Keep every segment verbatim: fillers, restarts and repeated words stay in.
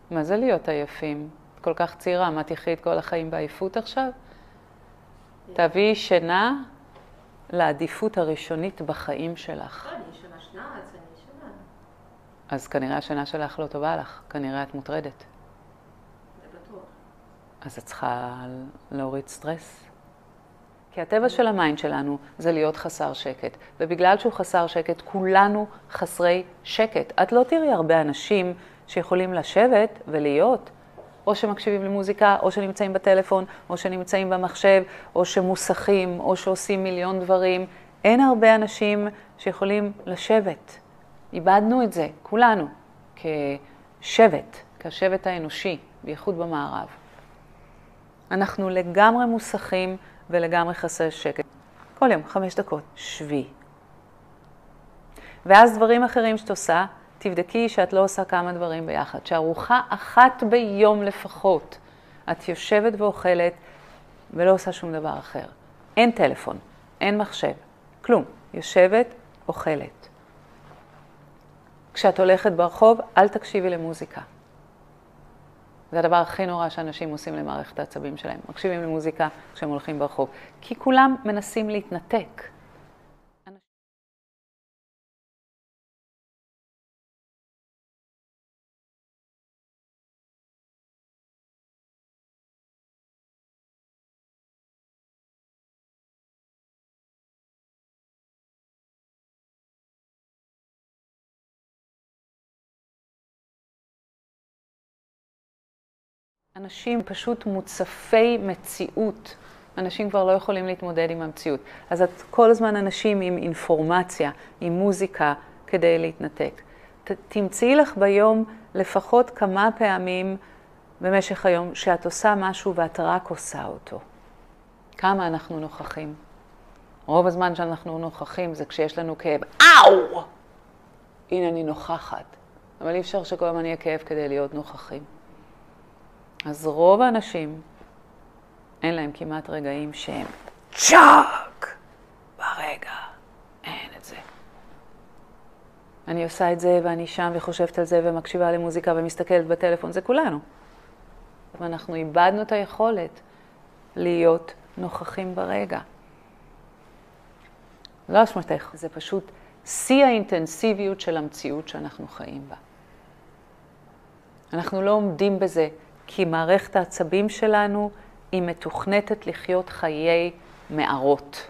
מה זה להיות עייפים? כל כך צעירה, מה תחי את כל החיים בעייפות עכשיו? תביאי שינה לעדיפות הראשונית בחיים שלך. אני ישנה שנה, אז אני ישנה. אז כנראה השינה שלך לא טובה לך, כנראה את מוטרדת. זה בטוח. אז את צריכה להוריד סטרס. כי הטבע של המיינד שלנו זה להיות חסר שקט. ובגלל שהוא חסר שקט, כולנו חסרי שקט. את לא תראי הרבה אנשים שיכולים לשבת ולהיות, או שמקשיבים למוזיקה, או שנמצאים בטלפון, או שנמצאים במחשב, או שמוסכים, או שעושים מיליון דברים. אין הרבה אנשים שיכולים לשבת. איבדנו את זה, כולנו, כשבט, כשבט האנושי, בייחוד במערב. אנחנו לגמרי מוסכים ולגמרי חסרי שקט. כל יום, חמש דקות, שבי. ואז דברים אחרים שאת עושה, תבדקי שאת לא עושה כמה דברים ביחד. שארוחה אחת ביום לפחות, את יושבת ואוכלת ולא עושה שום דבר אחר. אין טלפון, אין מחשב, כלום. יושבת, אוכלת. כשאת הולכת ברחוב, אל תקשיבי למוזיקה. זה הדבר הכי נורא שאנשים עושים למערכת העצבים שלהם. מקשיבים למוזיקה כשהם הולכים ברחוב. כי כולם מנסים להתנתק. אנשים פשוט מוצפי מציאות. אנשים כבר לא יכולים להתמודד עם המציאות. אז את כל הזמן אנשים עם אינפורמציה, עם מוזיקה, כדי להתנתק. ת, תמצאי לך ביום לפחות כמה פעמים במשך היום שאת עושה משהו ואת רק עושה אותו. כמה אנחנו נוכחים? רוב הזמן שאנחנו נוכחים זה כשיש לנו כאב. אאו! הנה אני נוכחת. אבל אי אפשר שכל הזמן יהיה כאב כדי להיות נוכחים. אז רוב האנשים, אין להם כמעט רגעים שהם צ'אק ברגע. אין את זה. אני עושה את זה ואני שם וחושבת על זה ומקשיבה למוזיקה ומסתכלת בטלפון. זה כולנו. ואנחנו איבדנו את היכולת להיות נוכחים ברגע. לא אשמתך, זה פשוט שיא האינטנסיביות של המציאות שאנחנו חיים בה. אנחנו לא עומדים בזה. כי מערכת העצבים שלנו היא מתוכנתת לחיות חיי מערות.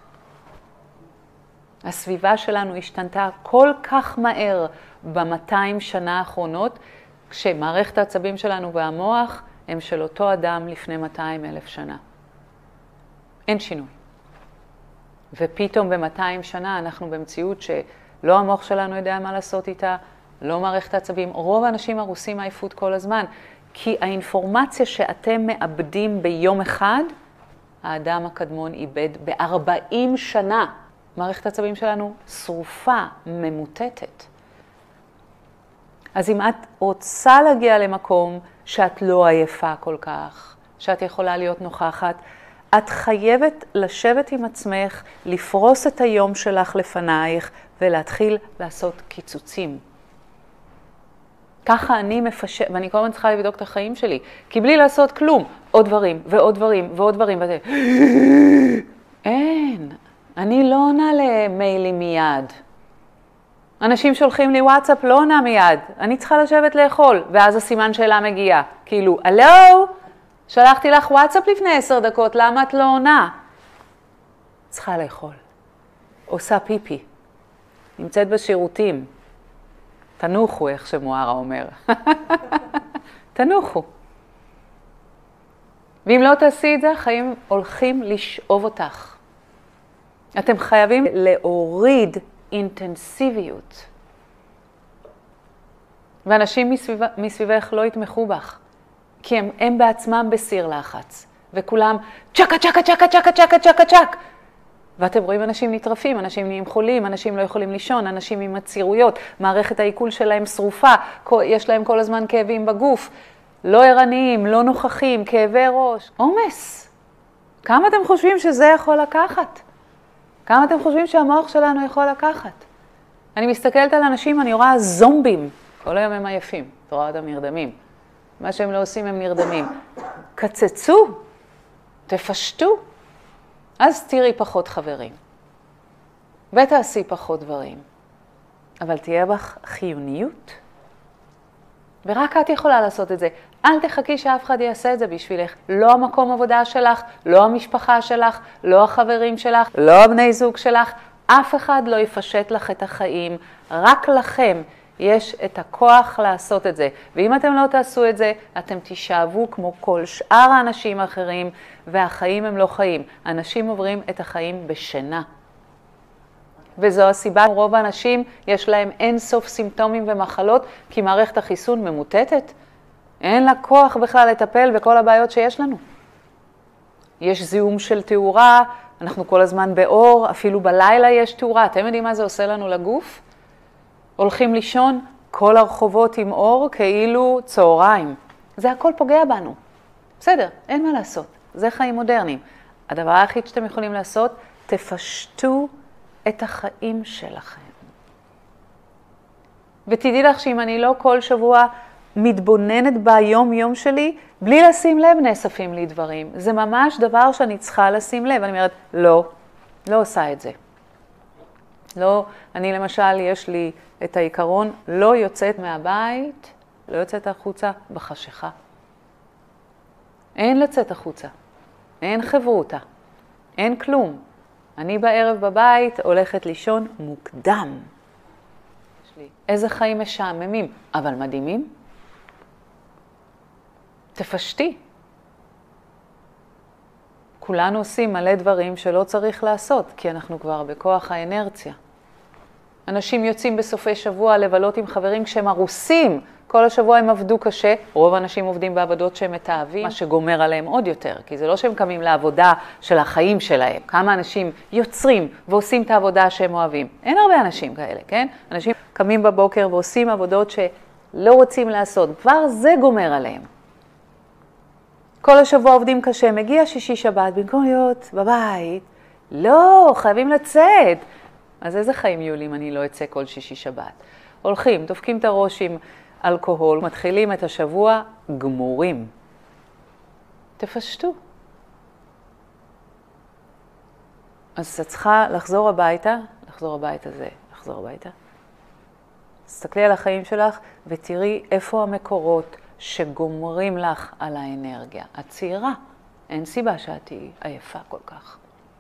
הסביבה שלנו השתנתה כל כך מהר ב-מאתיים שנה האחרונות, כשמערכת העצבים שלנו והמוח הם של אותו אדם לפני מאתיים אלף שנה. אין שינוי. ופתאום ב-מאתיים שנה אנחנו במציאות שלא המוח שלנו יודע מה לעשות איתה, לא מערכת העצבים. רוב האנשים הרוסים עייפות כל הזמן. כי האינפורמציה שאתם מאבדים ביום אחד, האדם הקדמון איבד ב-ארבעים שנה. מערכת העצבים שלנו שרופה, ממוטטת. אז אם את רוצה להגיע למקום שאת לא עייפה כל כך, שאת יכולה להיות נוכחת, את חייבת לשבת עם עצמך, לפרוס את היום שלך לפנייך ולהתחיל לעשות קיצוצים. ככה אני מפשט, ואני כל הזמן צריכה לבדוק את החיים שלי, כי בלי לעשות כלום, עוד דברים ועוד דברים ועוד דברים, וזה, אין, אני לא עונה למיילים מיד. אנשים שולחים לי וואטסאפ, לא עונה מיד, אני צריכה לשבת לאכול, ואז הסימן שאלה מגיע, כאילו, הלו, שלחתי לך וואטסאפ לפני עשר דקות, למה את לא עונה? צריכה לאכול, עושה פיפי, נמצאת בשירותים, תנוחו, איך שמוארה אומר. תנוחו. ואם לא תעשי את זה, החיים הולכים לשאוב אותך. אתם חייבים להוריד אינטנסיביות. ואנשים מסביב, מסביבך לא יתמכו בך, כי הם, הם בעצמם בסיר לחץ. וכולם צ'קה, צ'קה, צ'קה, צ'קה, צ'קה, צ'קה, צ'ק. ואתם רואים אנשים נטרפים, אנשים נהיים חולים, אנשים לא יכולים לישון, אנשים עם עצירויות, מערכת העיכול שלהם שרופה, יש להם כל הזמן כאבים בגוף, לא ערניים, לא נוכחים, כאבי ראש, עומס. כמה אתם חושבים שזה יכול לקחת? כמה אתם חושבים שהמוח שלנו יכול לקחת? אני מסתכלת על אנשים, אני רואה זומבים, כל היום הם עייפים, את רואה אותם נרדמים. מה שהם לא עושים הם נרדמים. קצצו, תפשטו, אז תראי פחות חברים. ותעשי פחות דברים. אבל תהיה בך חיוניות. ורק את יכולה לעשות את זה. אל תחכי שאף אחד יעשה את זה בשבילך. לא המקום עבודה שלך, לא המשפחה שלך, לא החברים שלך, לא הבני זוג שלך. אף אחד לא יפשט לך את החיים. רק לכם יש את הכוח לעשות את זה. ואם אתם לא תעשו את זה, אתם תישאבו כמו כל שאר האנשים האחרים, והחיים הם לא חיים. אנשים עוברים את החיים בשינה. וזו הסיבה, רוב האנשים יש להם אין סוף סימפטומים ומחלות, כי מערכת החיסון ממוטטת. אין לה כוח בכלל לטפל בכל הבעיות שיש לנו. יש זיהום של תאורה, אנחנו כל הזמן באור, אפילו בלילה יש תאורה. אתם יודעים מה זה עושה לנו לגוף? הולכים לישון, כל הרחובות עם אור, כאילו צהריים. זה הכל פוגע בנו. בסדר, אין מה לעשות. זה חיים מודרניים. הדבר היחיד שאתם יכולים לעשות, תפשטו את החיים שלכם. ותדעי לך שאם אני לא כל שבוע מתבוננת ביום יום שלי, בלי לשים לב נאספים לי דברים. זה ממש דבר שאני צריכה לשים לב. אני אומרת, לא, לא עושה את זה. לא, אני למשל, יש לי את העיקרון, לא יוצאת מהבית, לא יוצאת החוצה בחשיכה. אין לצאת החוצה, אין חברותה, אין כלום. אני בערב בבית הולכת לישון מוקדם. איזה חיים משעממים, אבל מדהימים. תפשטי. כולנו עושים מלא דברים שלא צריך לעשות, כי אנחנו כבר בכוח האנרציה. אנשים יוצאים בסופי שבוע לבלות עם חברים כשהם הרוסים. כל השבוע הם עבדו קשה. רוב האנשים עובדים בעבודות שהם מתאהבים, מה שגומר עליהם עוד יותר, כי זה לא שהם קמים לעבודה של החיים שלהם. כמה אנשים יוצרים ועושים את העבודה שהם אוהבים. אין הרבה אנשים כאלה, כן? אנשים קמים בבוקר ועושים עבודות שלא רוצים לעשות. כבר זה גומר עליהם. כל השבוע עובדים קשה, מגיע שישי שבת, במקום להיות בבית, לא, חייבים לצאת. אז איזה חיים יהיו לי אם אני לא אצא כל שישי שבת? הולכים, דופקים את הראש עם אלכוהול, מתחילים את השבוע גמורים. תפשטו. אז את צריכה לחזור הביתה, לחזור הביתה זה, לחזור הביתה. תסתכלי על החיים שלך ותראי איפה המקורות שגומרים לך על האנרגיה. את צעירה, אין סיבה שאת תהיי עייפה כל כך.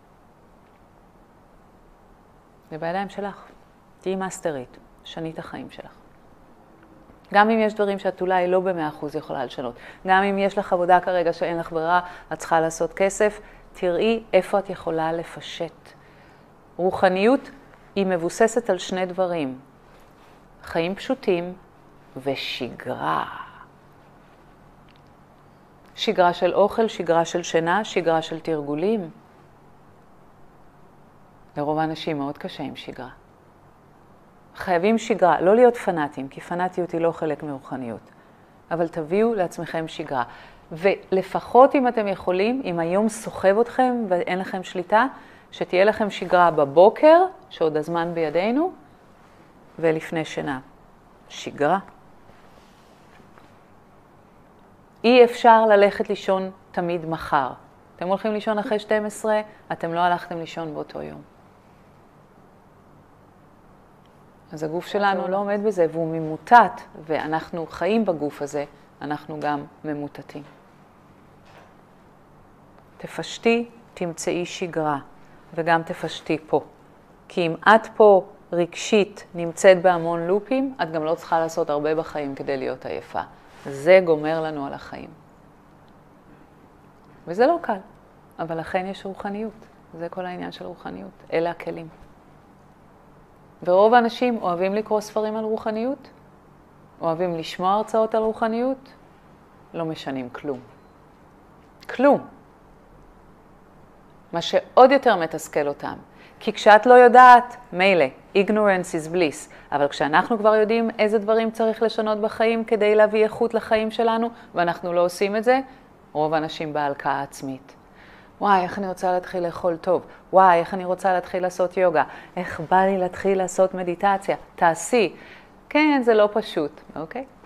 זה בידיים שלך. תהיי מאסטרית, שני את החיים שלך. גם אם יש דברים שאת אולי לא במאה אחוז יכולה לשנות. גם אם יש לך עבודה כרגע שאין לך ברירה, את צריכה לעשות כסף, תראי איפה את יכולה לפשט. רוחניות היא מבוססת על שני דברים. חיים פשוטים ושגרה. שגרה של אוכל, שגרה של שינה, שגרה של תרגולים. לרוב האנשים מאוד קשה עם שגרה. חייבים שגרה, לא להיות פנאטים, כי פנאטיות היא לא חלק מרוחניות. אבל תביאו לעצמכם שגרה. ולפחות אם אתם יכולים, אם היום סוחב אתכם ואין לכם שליטה, שתהיה לכם שגרה בבוקר, שעוד הזמן בידינו, ולפני שינה. שגרה. אי אפשר ללכת לישון תמיד מחר. אתם הולכים לישון אחרי שתים עשרה, אתם לא הלכתם לישון באותו יום. אז הגוף שלנו לא עומד בזה, והוא ממוטט, ואנחנו חיים בגוף הזה, אנחנו גם ממוטטים. תפשטי, תמצאי שגרה, וגם תפשטי פה. כי אם את פה רגשית נמצאת בהמון לופים, את גם לא צריכה לעשות הרבה בחיים כדי להיות עייפה. זה גומר לנו על החיים. וזה לא קל, אבל לכן יש רוחניות. זה כל העניין של רוחניות. אלה הכלים. ורוב האנשים אוהבים לקרוא ספרים על רוחניות, אוהבים לשמוע הרצאות על רוחניות, לא משנים כלום. כלום. מה שעוד יותר מתסכל אותם. כי כשאת לא יודעת, מילא, ignorance is bliss, אבל כשאנחנו כבר יודעים איזה דברים צריך לשנות בחיים כדי להביא איכות לחיים שלנו, ואנחנו לא עושים את זה, רוב האנשים בהלקאה עצמית. וואי, איך אני רוצה להתחיל לאכול טוב. וואי, איך אני רוצה להתחיל לעשות יוגה. איך בא לי להתחיל לעשות מדיטציה. תעשי. כן, זה לא פשוט, אוקיי?